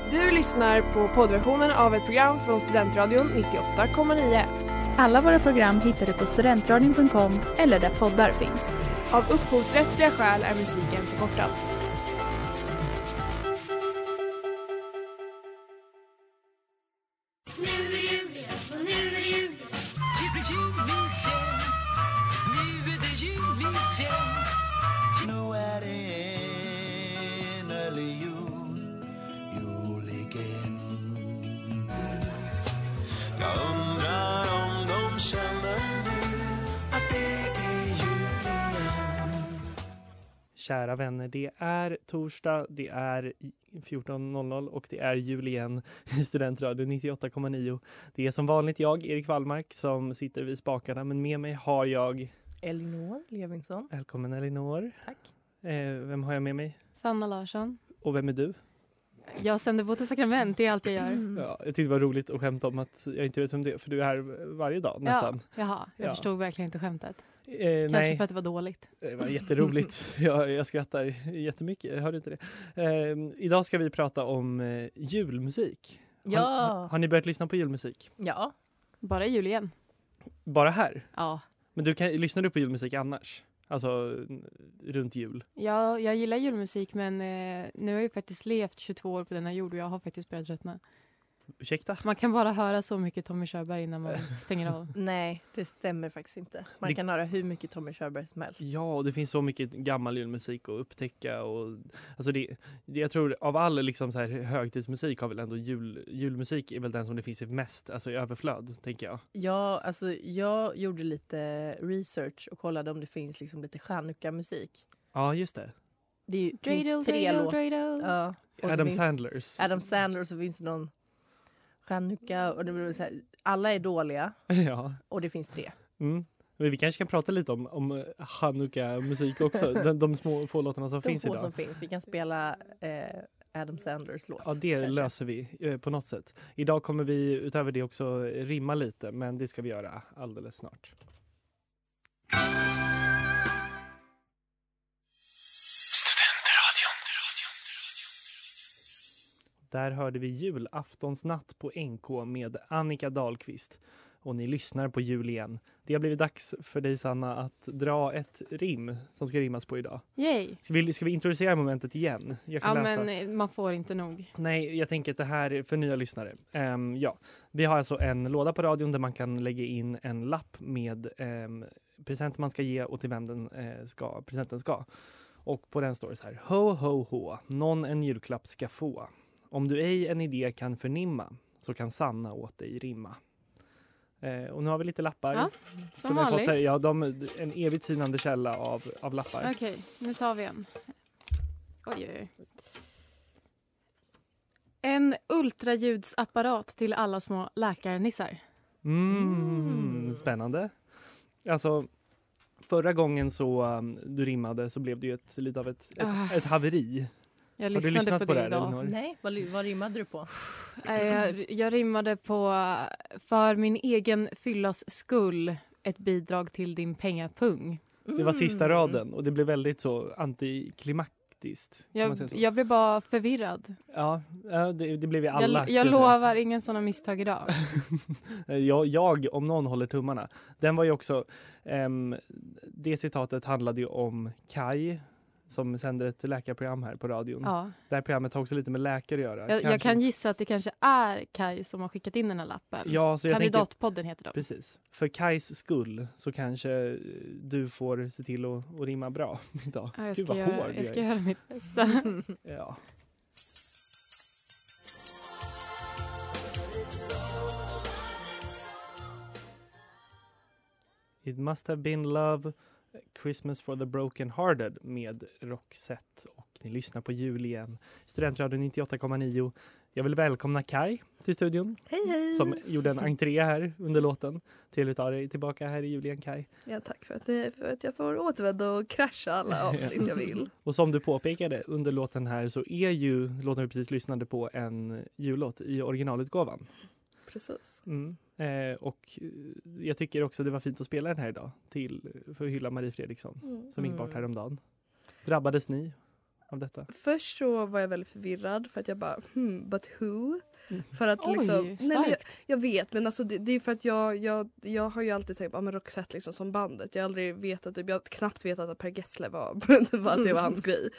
Du lyssnar på poddversionen av ett program från Studentradion 98,9. Alla våra program hittar du på studentradion.com eller där poddar finns. Av upphovsrättsliga skäl är musiken förkortad. Kära vänner, det är torsdag, det är 14.00 och det är jul igen i Studentradion 98,9. Det är som vanligt jag, Erik Wallmark, som sitter vid spakarna, men med mig har jag... Elinor Levinsson. Välkommen Elinor. Tack. Vem har jag med mig? Sanna Larsson. Och vem är du? Jag sänder på till sakrament, det är allt jag gör. Ja, jag tyckte det var roligt att skämta om att jag inte vet vem det är, för du är här varje dag nästan. Ja, jaha, jag förstod verkligen inte skämtet. Kanske Nej. för att det var dåligt. Det var jätteroligt. Jag skrattar jättemycket, jag hörde inte det. Idag ska vi prata om julmusik. Ja. Har ni börjat lyssna på julmusik? Ja. Bara jul igen. Bara här? Ja. Men lyssnar du på julmusik annars? Alltså runt jul? Ja, jag gillar julmusik, men nu har jag ju faktiskt levt 22 år på denna jord och jag har faktiskt börjat tröttna. Ursäkta? Man kan bara höra så mycket Tommy Körberg innan man stänger av. Nej, det stämmer faktiskt inte. Man kan höra hur mycket Tommy Körberg som helst. Ja, och det finns så mycket gammal julmusik att upptäcka. Och, alltså jag tror av all liksom så här högtidsmusik har väl ändå julmusik är väl den som det finns mest alltså i överflöd, tänker jag. Ja, alltså jag gjorde lite research och kollade om det finns liksom lite Chanukka-musik. Ja, just det. Det finns tre låtar. Ja, Adam Sandlers. Adam Sandler, och så finns det någon Chanukka, och det blir så här, alla är dåliga. Ja. Och det finns 3. Mm. Men vi kanske kan prata lite om Chanukka-musik också. de små få låtarna som finns idag. De få som finns. Vi kan spela Adam Sandlers låt. Ja, det kanske löser vi på något sätt. Idag kommer vi utöver det också rimma lite, men det ska vi göra alldeles snart. Där hörde vi julaftonsnatt på NK med Annika Dahlqvist. Och ni lyssnar på jul igen. Det har blivit dags för dig, Sanna, att dra ett rim som ska rimmas på idag. Yay! Ska vi introducera momentet igen? Jag kan läsa. Men man får inte nog. Nej, jag tänker att det här är för nya lyssnare. Vi har alltså en låda på radion där man kan lägga in en lapp med present man ska ge och till vem presenten ska. Och på den står det så här: ho, ho, ho, någon en julklapp ska få. Om du ej en idé kan förnimma, så kan Sanna åt dig rimma. Och nu har vi lite lappar. Ja, som vi har vanligt. fått här. Ja, en evigt sinande källa av lappar. Okej, nu tar vi en. Oj. En ultraljudsapparat till alla små läkarnissar. Spännande. Alltså, förra gången så du rimmade så blev det ju lite av ett haveri. Jag Har du lyssnat på det idag. Elinor? Nej, vad rimmade du på? Jag rimmade på för min egen fyllas skull ett bidrag till din pengapung. Det var sista raden och det blev väldigt så antiklimaktiskt. Jag blev bara förvirrad. Ja, det blev vi alla. Jag lovar ingen sådana misstag idag. jag om någon håller tummarna. Den var ju också, det citatet handlade ju om Kai som sänder ett läkarprogram här på radion. Ja. Det här programmet har också lite med läkare att göra. Jag kan gissa att det kanske är Kai som har skickat in den här lappen. Ja, så jag Kandidatpodden heter de. Precis. För Kais skull så kanske du får se till att rimma bra idag. Ja, jag Gud, ska göra mitt bästa. Ja. It must have been love, Christmas for the broken hearted med Roxette, och ni lyssnar på jul igen. Studentradion 98,9. Jag vill välkomna Kai till studion. Hej hej! Som gjorde en entré här under låten. Trevligt att ha dig tillbaka här i jul igen, Kai. Ja, tack för att jag får återvända och krascha alla avsnitt jag vill. Och som du påpekade under låten här så är ju låten vi precis lyssnade på en jullåt i originalutgåvan. Precis. Och jag tycker också det var fint att spela den här idag för att hylla Marie Fredriksson som gick bort häromdagen. Drabbades ni? av detta? Först så var jag väldigt förvirrad för att jag bara, but who? För att Oj, liksom, nej, men starkt. jag vet, men alltså det är för att jag har ju alltid tänkt på Roxette liksom som bandet. Jag har aldrig vetat, jag har knappt vetat att Per Gessle var att det var hans grej.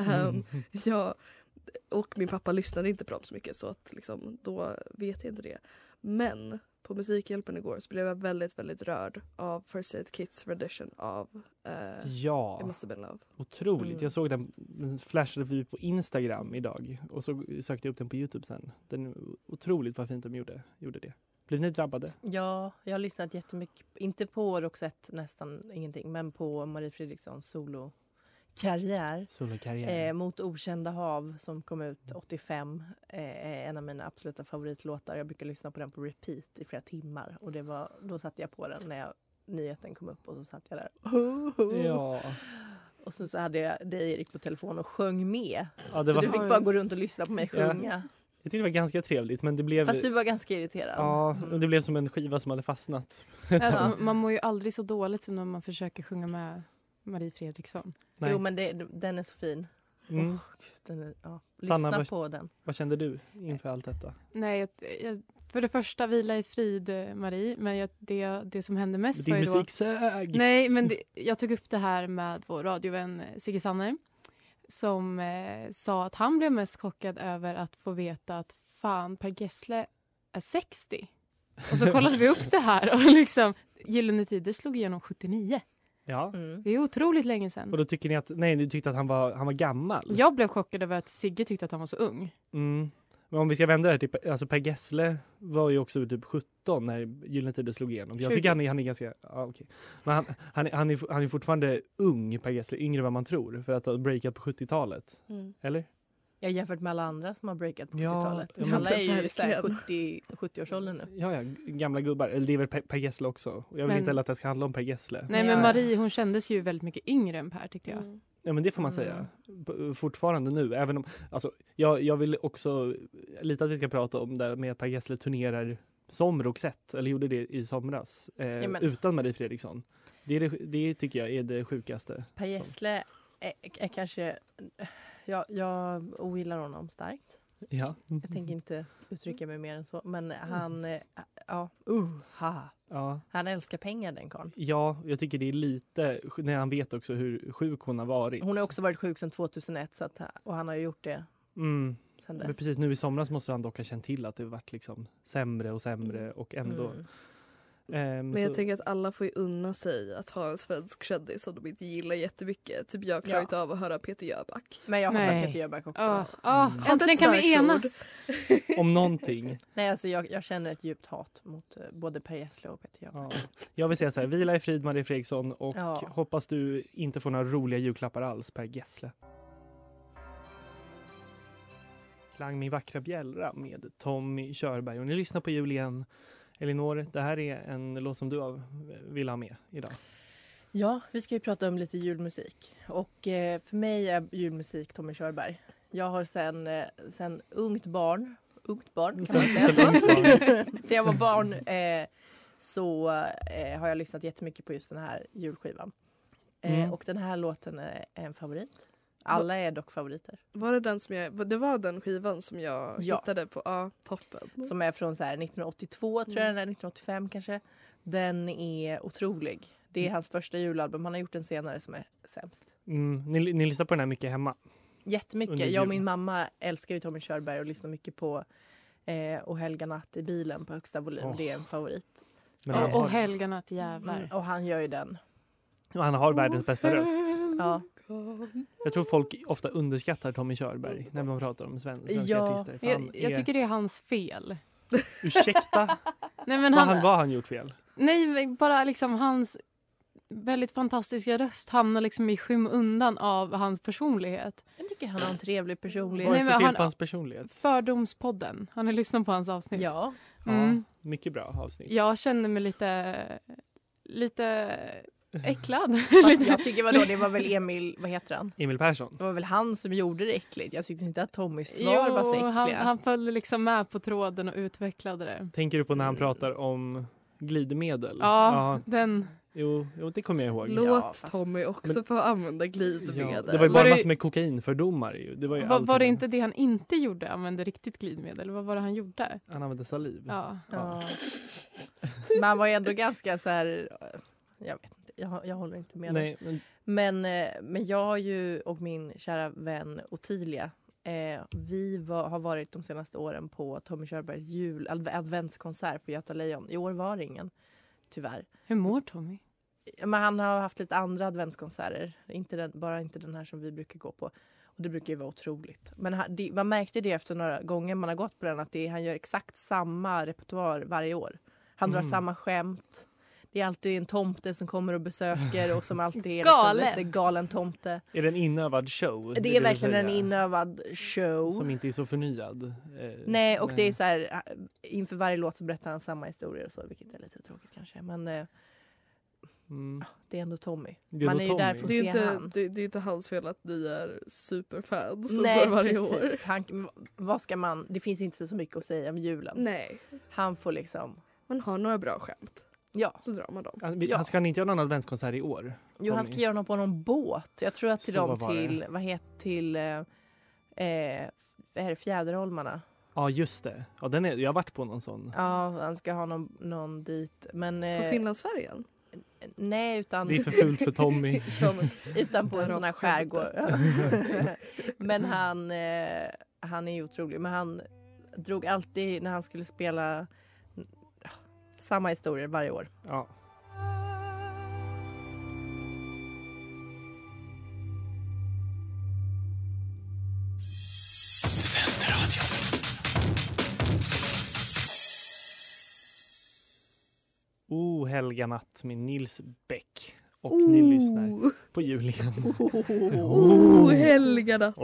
Och min pappa lyssnade inte på dem så mycket så att liksom, då vet jag inte det. Men på Musikhjälpen igår så blev jag väldigt, väldigt rörd av First Aid Kits rendition av It Must Have Been Love. Otroligt. Jag såg den flashade förbi på Instagram idag och så sökte jag upp den på YouTube sen. Den är otroligt vad fint de gjorde det. Blev ni drabbade? Ja, jag har lyssnat jättemycket, inte på Roxette nästan ingenting, men på Marie Fredrikssons solokarriär. Solokarriär. Mot okända hav som kom ut 85 är en av mina absoluta favoritlåtar. Jag brukar lyssna på den på repeat i flera timmar och då satte jag på den när nyheten kom upp och så satt jag där. Ja. Och så hade jag dig Erik på telefon och sjöng med. Ja, så du fick bara gå runt och lyssna på mig sjunga. Jag tyckte det var ganska trevligt men det blev... Fast du var ganska irriterad. Ja, det blev som en skiva som hade fastnat. Alltså, man mår ju aldrig så dåligt som när man försöker sjunga med Marie Fredriksson. Nej. Jo, men den är så fin. Mm. Lyssna Sanna, på den. Vad kände du inför allt detta? Nej, jag, för det första vila i frid, Marie. Men det som hände mest Din var ju då... musiksög! Nej, men jag tog upp det här med vår radiovän Sigge Sanner. Som sa att han blev mest chockad över att få veta att fan, Per Gessle är 60. Och så kollade vi upp det här och liksom Gyllene Tider slog igenom 79. Ja. Det är otroligt länge sedan. Och då tycker ni att, nej, du tyckte att han var gammal? Jag blev chockad över att Sigge tyckte att han var så ung. Mm. Men om vi ska vända det här till, alltså Per Gessle var ju också typ 17 när Gyllene Tider slog igenom. Jag tycker han är ganska, ja okej. Men han är fortfarande ung, Per Gessle, yngre än vad man tror för att ha breakat på 70-talet. Eller? Jag har jämfört med alla andra som har breakat på Ja, 70-talet. ja, Alla är ju verkligen. 70-årsåldern nu. Ja, gamla gubbar. Eller det är väl Per Gessle också. Och jag vill inte heller att det ska handla om Per Gessle. Nej, men Marie, hon kändes ju väldigt mycket yngre än Per, tyckte jag. Ja, men det får man säga. Fortfarande nu. Även om, alltså, jag vill också lite att vi ska prata om det med att Per Gessle turnerar som Roxette. Eller gjorde det i somras. Utan Marie Fredriksson. Det tycker jag är det sjukaste. Per Gessle är kanske... Jag ogillar honom starkt. Ja. Jag tänker inte uttrycka mig mer än så. Men han... Han älskar pengar, den karln. Ja, jag tycker det är lite... När han vet också hur sjuk hon har varit. Hon har också varit sjuk sedan 2001. Och han har ju gjort det sen dess. Men precis nu i somras måste han dock ha känt till att det varit liksom sämre och sämre. Och ändå... Men jag tänker att alla får ju unna sig att ha en svensk kändis som de inte gillar jättemycket. Typ jag klarar inte av att höra Peter Jöback. Men jag hatar Peter Jöback också. Äntligen kan vi enas. Om någonting. Nej, alltså jag känner ett djupt hat mot både Per Gessle och Peter Jöback. Ja. Jag vill säga så här, vila i frid Marie Fredriksson och hoppas du inte får några roliga julklappar alls, Per Gessle. Klang min vackra bjällra med Tommy Körberg. Och ni lyssnar på jul igen. Elinor, det här är en låt som du vill ha med idag. Ja, vi ska ju prata om lite julmusik. Och för mig är julmusik Tommy Körberg. Jag har sen ungt barn kan man säga så. Så jag var barn så har jag lyssnat jättemycket på just den här julskivan. Och den här låten är en favorit. Alla är dock favoriter. Var det den det var den skivan som jag hittade på toppen. Som är från så här 1982 tror jag, eller 1985 kanske. Den är otrolig. Det är hans första julalbum. Han har gjort en senare som är sämst. Ni lyssnar på den här mycket hemma? Jättemycket. Jag och min mamma älskar ju Tommy Körberg och lyssnar mycket på Och Helga natt i bilen på högsta volym. Det är en favorit. Och Helga natt, jävlar. Och han gör ju den. Och han har världens bästa röst. Ja. Jag tror folk ofta underskattar Tommy Körberg när man pratar om svenska artister. Jag tycker det är hans fel. Ursäkta? Nej, men vad har han gjort fel? Nej, bara liksom hans väldigt fantastiska röst hamnar liksom i skymundan av hans personlighet. Jag tycker han har en trevlig personlighet. Vad är det för fel på hans personlighet? Fördomspodden. Har ni lyssnat på hans avsnitt? Ja. Mycket bra avsnitt. Jag kände mig lite äcklad. Fast jag tycker det var väl Emil, vad heter han? Emil Persson. Det var väl han som gjorde det äckligt. Jag tyckte inte att Tommys svar var så äckliga. Han följde liksom med på tråden och utvecklade det. Tänker du på när han pratar om glidmedel? Ja, den. Jo, det kommer jag ihåg. Låt Tommy också få använda glidmedel. Ja, det var ju bara massor med kokainfördomar. Det var ju var det inte det han inte gjorde? Använde riktigt glidmedel? Vad var det han gjorde? Han använde saliv. Ja. Man var ändå ganska så här... Jag vet inte, jag håller inte med. Nej, men jag ju och min kära vän Ottilia, vi har varit de senaste åren på Tommy Körbergs adventskonsert på Göta Lejon. I år var det ingen, tyvärr. Hur mår Tommy? Men han har haft lite andra adventskonserter. Bara inte den här som vi brukar gå på. Och det brukar ju vara otroligt. Men man märkte det efter några gånger man har gått på den. Att han gör exakt samma repertoar varje år. Han drar samma skämt. Det är alltid en tomte som kommer och besöker. Och som alltid är lite galen tomte. Är det en inövad show? Det är verkligen en inövad show. Som inte är så förnyad. Nej, och det är så här. Inför varje låt så berättar han samma historier och så. Vilket är lite tråkigt kanske. Men... det är ändå Tommy. Man är ju där för att se han. Det är inte hans fel att ni är superfans. Nej, varje precis. År. Det finns inte så mycket att säga om julen. Nej. Han får liksom... Man har några bra skämt. Ja. Så drar man dem. Han ska inte göra någon adventskonsert i år? Jo, han ska göra någon på någon båt. Jag tror att till Fjäderholmarna. Ja, just det. Ja, jag har varit på någon sån. Ja, han ska ha någon dit. Men, på Finlandsfärjan? Nej, utan... Det är för fult för Tommy. Utan på en sån här skärgård. Men han är ju otrolig. Men han drog alltid när han skulle spela samma historier varje år. Ja. Helga natt med Nils Bäck. Och ni lyssnar på Julian. Helga natt.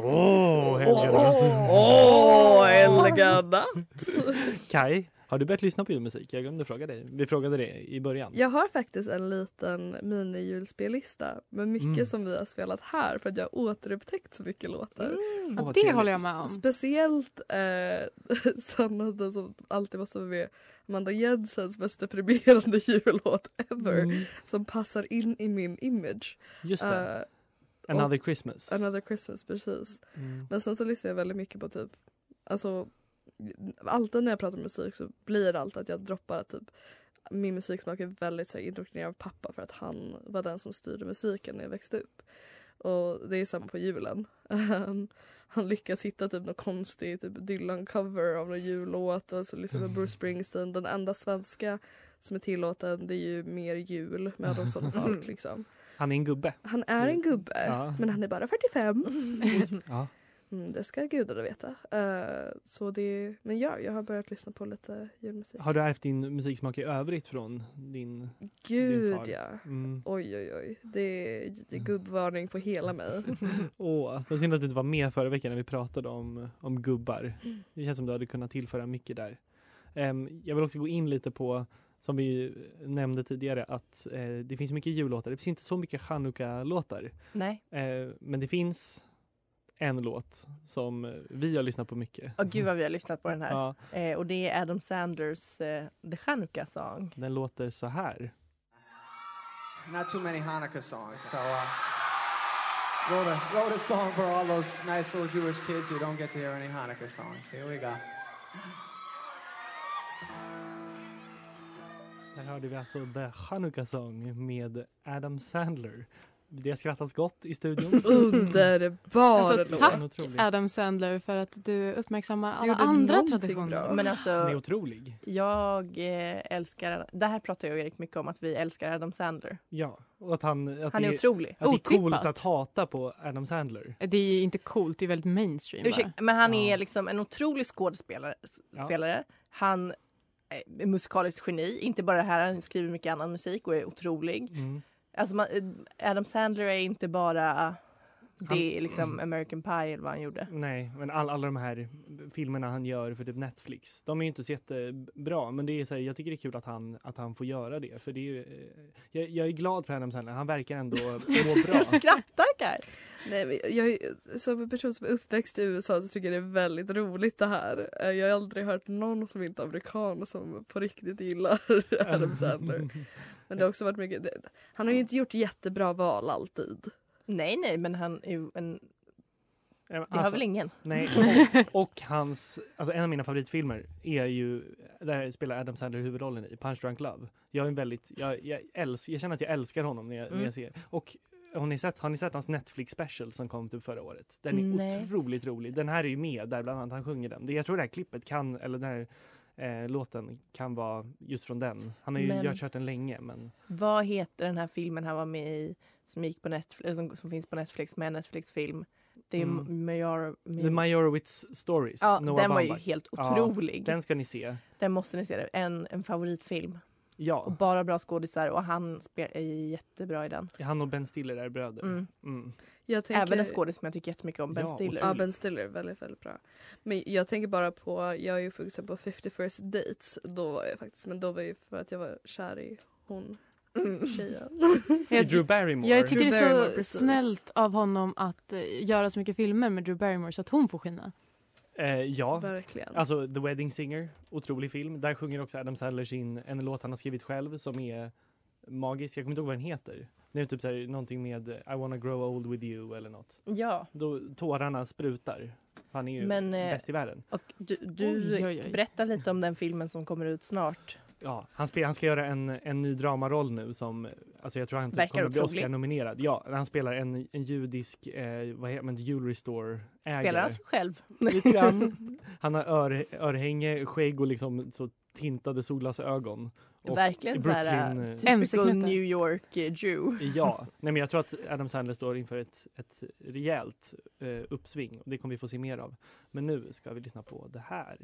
Helga natt. Kai, har du börjat lyssna på julmusik? Jag glömde fråga dig. Vi frågade det i början. Jag har faktiskt en liten mini-julspellista med mycket som vi har spelat här för att jag har återupptäckt så mycket låtar. Det håller jag med om. Speciellt Sanna som alltid måste vara med, Amanda Jensens bästa premierande jullåt ever som passar in i min image. Just det. Another Christmas. Another Christmas, precis. Men sen så lyssnar jag väldigt mycket på typ, alltså alltid när jag pratar musik så blir det alltid att jag droppar typ min musiksmak är väldigt så här, indoktrinerad av pappa för att han var den som styrde musiken när jag växte upp. Och det är samma på julen. Han lyckas hitta typ någon konstig typ Dylan-cover av någon jullåt och så lyssnar på Bruce Springsteen. Den enda svenska som är tillåten det är ju Mer jul med Adolf Solfalk liksom. Han är en gubbe. Han är en gubbe, men han är bara 45. Ja. Det ska gudarna veta. Men jag har börjat lyssna på lite julmusik. Har du ärvt din musiksmak i övrigt från din far? Ja. Oj. Det är gubbvarning på hela mig. Det var synd att du inte var med förra veckan när vi pratade om gubbar. Det känns som du hade kunnat tillföra mycket där. Jag vill också gå in lite på, som vi nämnde tidigare, att det finns mycket jullåtar. Det finns inte så mycket Chanukka-låtar. Nej. Men det finns en låt som vi har lyssnat på mycket. Gud vad vi har lyssnat på den här. Ja. Och det är Adam Sanders The Chanukka Song. Den låter så här. Not too many Hanukkah songs, so wrote a song for all those nice little Jewish kids who don't get to hear any Hanukkah songs. Here we go. Där hörde vi alltså The Chanukka Song med Adam Sandler. Det skrattas gott i studion. Underbar låt. Tack Adam Sandler för att du uppmärksammar alla andra traditioner. Men alltså, han är otrolig. Jag älskar, det här pratar jag och Erik mycket om, att vi älskar Adam Sandler. Ja, och att han är otrolig. Att det är coolt att hata på Adam Sandler. Det är ju inte coolt, det är väldigt mainstream. Men han är liksom en otrolig skådespelare. Han är musikaliskt geni, inte bara det här, han skriver mycket annan musik och är otrolig. Alltså Adam Sandler är inte bara det är liksom American Pie eller vad han gjorde. Nej, men alla de här filmerna han gör för typ Netflix, de är ju inte så jättebra, men det är så här, jag tycker det är kul att han får göra det, för det är ju, jag är glad för Adam Sandler, han verkar ändå må bra. Du skrattar, Kaj. Nej, men jag, som en person som är uppväxt i USA så tycker jag det är väldigt roligt det här. Jag har aldrig hört någon som inte är amerikan som på riktigt gillar Adam Sandler. Men det har också varit mycket, han har ju inte gjort jättebra val alltid. Nej, men han är ju en... Det har Alltså, väl ingen? Nej, och hans, alltså en av mina favoritfilmer är ju, där spelar Adam Sandler huvudrollen i Punch Drunk Love. Jag är en väldigt, jag känner att jag älskar honom när jag ser. Och har ni sett hans Netflix special som kom typ förra året? Den är otroligt rolig. Den här är ju med där bland annat han sjunger den. Jag tror det här klippet kan, eller den här låten kan vara just från den. Han har ju kört den länge, men... Vad heter den här filmen han var med i som gick på Netflix, som finns på Netflix med en Netflix-film? Det är The Meyerowitz Stories. Ja, Noah den var Baumbach. ju helt otrolig. Ja, den ska ni se. Den måste ni se. En favoritfilm. Ja. Och bara bra skådisar. Och han är jättebra i den. Han och Ben Stiller är bröder. Även en skådis som jag tycker jättemycket om. Ben Stiller. Ja, Ben Stiller är väldigt, väldigt bra. Men jag tänker bara på, jag är ju för exempel på 50 First Dates. Då var jag faktiskt, men då var ju för att jag var kär i hon. Tjejen. Drew Barrymore. Jag tycker Drew det är så Barrymore, snällt av honom att göra så mycket filmer med Drew Barrymore så att hon får skina. Ja, verkligen. Alltså The Wedding Singer, otrolig film. Där sjunger också Adam Sandler en låt han har skrivit själv som är magisk. Jag kommer inte ihåg vad den heter. Det är typ så här, någonting med I wanna grow old with you eller något. Ja. Då tårarna sprutar. Han är ju bäst i världen. Och du berättar lite om den filmen som kommer ut snart. Ja, han ska göra en ny dramaroll nu som, alltså jag tror han kommer att bli Oscar-nominerad. Ja, han spelar en judisk jewelry store-ägare. Spelar han sig själv? Lite grann. Han har örhänge, skägg och liksom så tintade solglasögon. Verkligen Brooklyn, typical New York Jew. Ja, nej, men jag tror att Adam Sandler står inför ett rejält uppsving. Och det kommer vi få se mer av. Men nu ska vi lyssna på det här.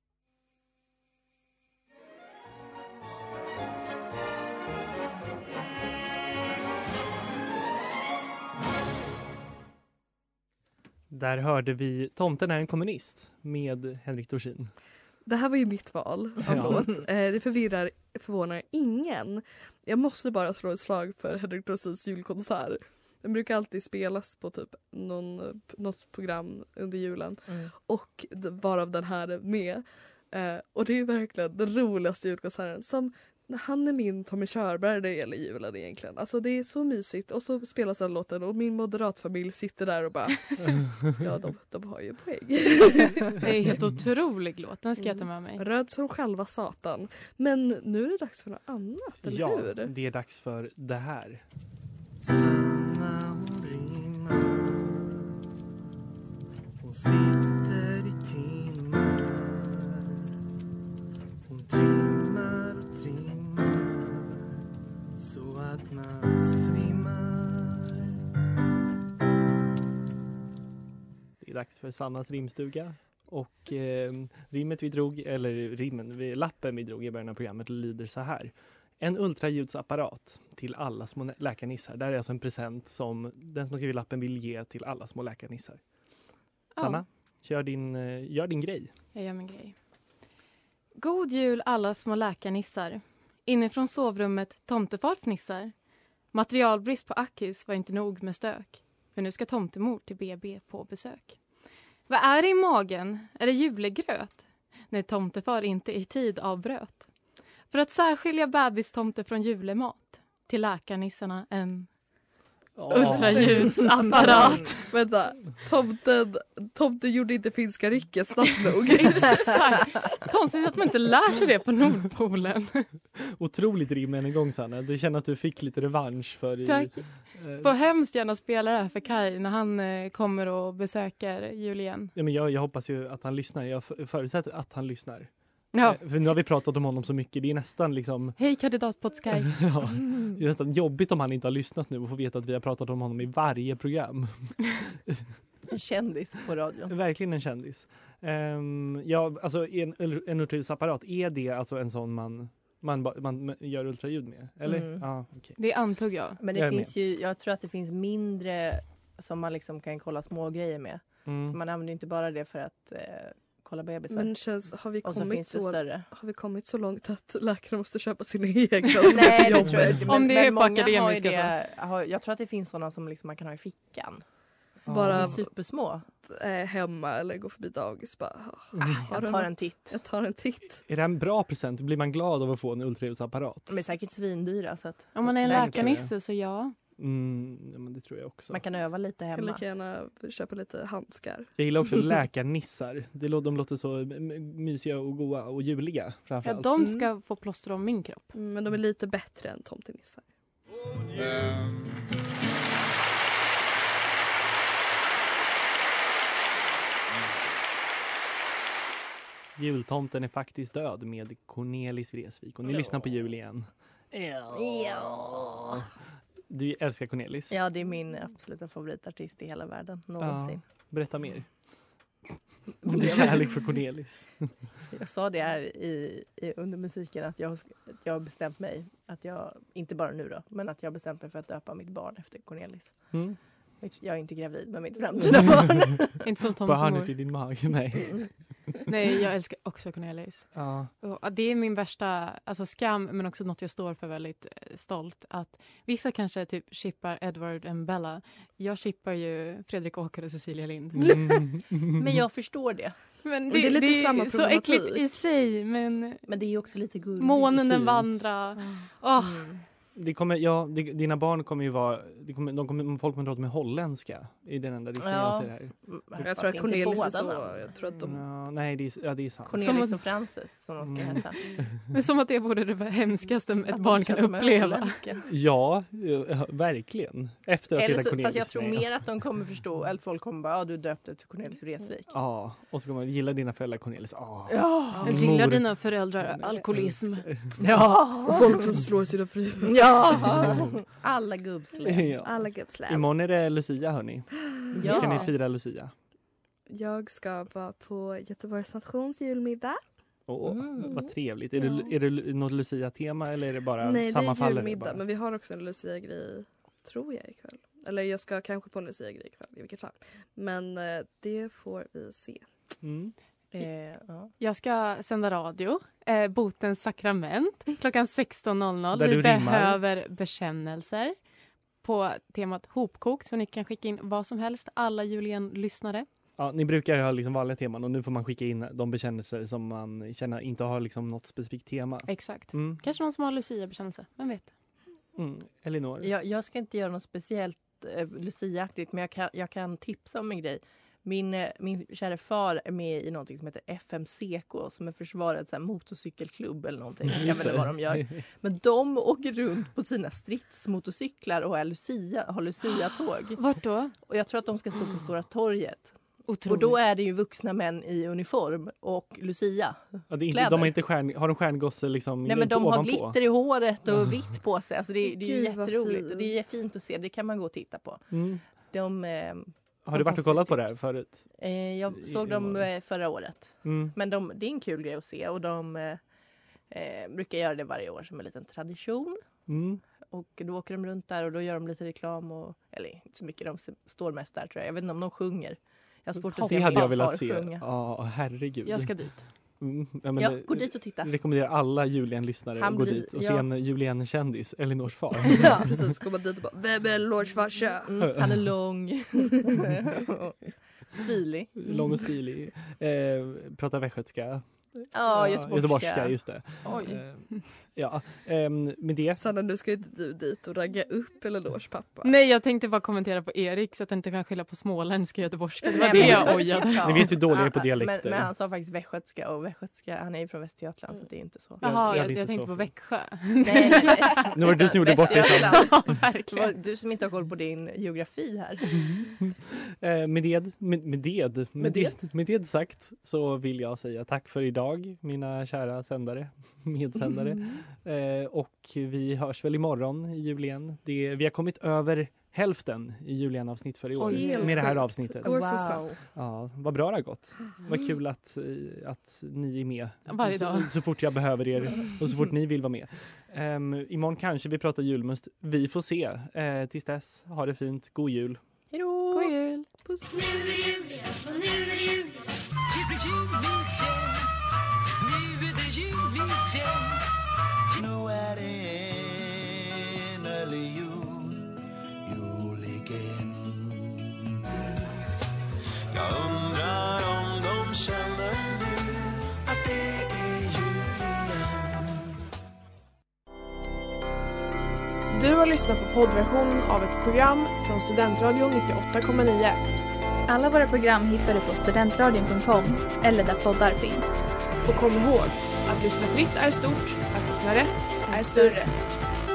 Där hörde vi Tomten är en kommunist med Henrik Dorsin. Det här var ju mitt val av låt. Det förvånar ingen. Jag måste bara slå ett slag för Henrik Dorsins julkonsert. Den brukar alltid spelas på typ något program under julen. Och varav den här är med. Och det är verkligen den roligaste julkonserten som... Han är min Tommy Körberg när det gäller julen egentligen. Alltså det är så mysigt. Och så spelas den låten och min moderatfamilj sitter där och bara ja, de har ju poäng. Det är helt otrolig låt. Den ska jag ta med mig. Röd som själva satan. Men nu är det dags för något annat, eller hur? Ja, det är dags för det här. Hon sitter i timmar. Hon trimmar och trimmar så att man svimmar. Det är dags för Sannas rimstuga. Och lappen vi drog i början av programmet lyder så här. En ultraljudsapparat till alla små läkarnissar. Det är alltså en present som den som har skrivit lappen vill ge till alla små läkarnissar. Sanna, gör din grej. Jag gör min grej. God jul alla små läkarnissar. Inifrån sovrummet tomtefar fnissar. Materialbrist på Akis var inte nog med stök. För nu ska tomtemor till BB på besök. Vad är det i magen? Är det julegröt? När tomtefar inte i tid avbröt. För att särskilja bebistomte från julemat. Till läkarnissarna en ultraljudsapparat. Vänta, tomten gjorde inte finska rycket snabbt nog. Exakt. Konstigt att man inte lär sig det på Nordpolen. Otroligt rim en gång, Sanna. Du känner att du fick lite revansch för... Tack. Får hemskt gärna spela det här för Kai när han kommer och besöker Julien. Ja, men jag hoppas ju att han lyssnar. Jag förutsätter att han lyssnar. Ja. För nu har vi pratat om honom så mycket. Det är nästan liksom... Hej kandidatpoddskaj. Ja, det är nästan jobbigt om han inte har lyssnat nu och får veta att vi har pratat om honom i varje program. En kändis på radion. Verkligen en kändis. Ja, alltså en ultraljudsapparat, är det alltså en sån man gör ultraljud med? Eller? Ja, okay. Det antog jag. Men det finns ju, jag tror att det finns mindre som man liksom kan kolla små grejer med. Mm. För man använder ju inte bara det för att kolla bebisar. Men och så finns det större. Har vi kommit så långt att läkarna måste köpa sina egna? Nej, det tror jag inte. Om det är på många akademiska jag tror att det finns sådana som liksom man kan ha i fickan. Bara supersmå. Hemma eller gå förbi dagis. Bara, Jag tar en titt. Jag tar en titt. Är det en bra present? Blir man glad av att få en ultraljudsapparat? De är säkert svindyra. Så att Om man är en Säkert, läkarnisse så ja. Ja, men det tror jag också. man kan öva lite Jag kan hemma. lika gärna köpa lite handskar. Jag gillar också läkarnissar. De låter så mysiga och goa och juliga Ja, framförallt. de ska få plåster om min kropp. Men de är lite bättre än tomtenissar. Jultomten är faktiskt död med Cornelis Vreeswijk. Och ni lyssnar på jul igen. Ja. Du älskar Cornelis. Ja, det är min absoluta favoritartist i hela världen någonsin. Berätta mer. Om din kärlek för Cornelis. Jag sa det här under musiken att jag har bestämt mig att jag, inte bara nu då, men att jag har bestämt mig för att döpa mitt barn efter Cornelis. Mm. Jag är inte gravid med mitt framtida barn. Inte som Barnet tomtemor. i din mage, nej. Nej, jag älskar också Cornelis. Ja. Och det är min värsta skam, men också något jag står för väldigt stolt. Att vissa kanske typ chippar Edward och Bella. Jag chippar ju Fredrik Åker och Cecilia Lind. Men jag förstår det. Men det är lite samma så problematik. äckligt i sig, men Men det är ju också lite gulligt. månen den fint. vandrar. Dina barn kommer ju vara... folk kommer att de är holländska i den enda risken jag ser här. Jag tror att Cornelis är så... Jag tror att de... Ja, nej, det är sant. Cornelis och Frances som de ska heta. Men som att det vore det hemskaste ett Att barn de kan tror att de är uppleva. holländska. Ja, verkligen. Efter att Eller heta så, Cornelis. fast jag tror Nej, mer att de kommer förstå, eller folk kommer bara, du är döpt efter Cornelis Vreeswijk. Ja, och så kommer man gilla dina föräldrar Cornelis. Ja. Jag gillar dina föräldrar alkoholism. Ja. Folk som slår sina fruar. Ja. Alla gubbslän. Ja. Alla gubbslän. Imorgon är det Lucia, hörni. Ja. Ska ni fira Lucia? Jag ska vara på Göteborgs nations julmiddag. Vad trevligt. Är det något Lucia-tema eller är det bara Nej, det är sammanfaller? julmiddag. Men vi har också en Lucia-grej, tror jag, ikväll. Eller jag ska kanske på en Lucia-grej ikväll, i vilket fall. Men det får vi se. Mm. Ja. Jag ska sända radio, Botens sakrament, klockan 16.00. Där Vi du rimmar. behöver bekännelser på temat hopkokt, så ni kan skicka in vad som helst, alla Julien-lyssnare. Ja, ni brukar ha liksom vanliga teman och nu får man skicka in de bekännelser som man känner inte har liksom något specifikt tema. Exakt. Mm. Kanske någon som har Lucia-bekännelse, vem vet? Elinor? Jag ska inte göra något speciellt Lucia-aktigt, men jag kan tipsa om en grej. Min kära far är med i något som heter FMCK, som är försvarets motorcykelklubb eller någonting. Jag vet inte vad de gör. Men de åker runt på sina stridsmotorcyklar och har Lucia-tåg. Vart då? Och jag tror att de ska stå på Stora torget. Otroligt. Och då är det ju vuxna män i uniform och Lucia. Ja, det är inte, kläder. de har inte har de stjärngosse liksom? Nej, men de har ovanpå? glitter i håret och vitt på sig. Alltså det är ju Gud, vad jätteroligt fint. och det är fint att se. Det kan man gå och titta på. Mm. Har du varit och fantastiskt kollat på det här tips. förut? Jag såg dem förra året. Mm. Men det är en kul grej att se och de brukar göra det varje år som en liten tradition. Mm. Och då åker de runt där och då gör de lite reklam. Eller inte så mycket, de står mest där tror jag. Jag vet inte om de sjunger. Jag har svårt att se Det hade min jag velat far se. sjunga. Ja, herregud. Jag ska dit. Ja, men Ja, gå dit och titta. Rekommenderar alla Julien-lyssnare Han att gå blir- dit och se ja. en Julien-kändis, Elinors far. Ja, precis. Kommer dit och bara, vem är Lords farsa? Han är lång. Stilig. Lång och stilig. Pratar västgötska. Ja, Göteborgska, just det. Oj. Med det. Sanna, nu ska inte du dit och ragga upp Elinors pappa. Nej, jag tänkte bara kommentera på Erik så att han inte kan skylla på småländska göteborgska. Det var Nej, det men- jag ojade. Ni vet hur dåliga jag är på dialekter. Men han sa faktiskt västgötska och västgötska, han är ju från Västergötland så det är inte så. Jaha, jag hade inte jag tänkte så på för- Växjö. Nej. Nu var det du som gjorde bort dig. Västergötland. Ja, Det var verkligen. du som inte har koll på din geografi här. Med det sagt så vill jag säga tack för idag, mina kära medsändare. Och vi hörs väl imorgon i Julien. Vi har kommit över hälften i Julien-avsnitt för i år. Helt Med det här sjukt. avsnittet. Går så snabbt. Ja, vad bra det har gått. Vad kul att ni är med. Varje dag. Så fort jag behöver er och så fort ni vill vara med. Imorgon kanske vi pratar julmust. Vi får se. Tills dess, ha det fint. God jul. Hej då! Puss. Nu är det jul igen, och nu är det jul igen. Det blir jul igen. Nu är det jul igen. Nu är det innerlig jul. Jul igen. Jag undrar om de känner nu att det är jul igen. Du har lyssnat på poddversionen av ett program från Studentradion 98,9. Alla våra program hittar du på studentradion.com eller där poddar finns. Och kom ihåg, att lyssna fritt är stort, att lyssna rätt är större.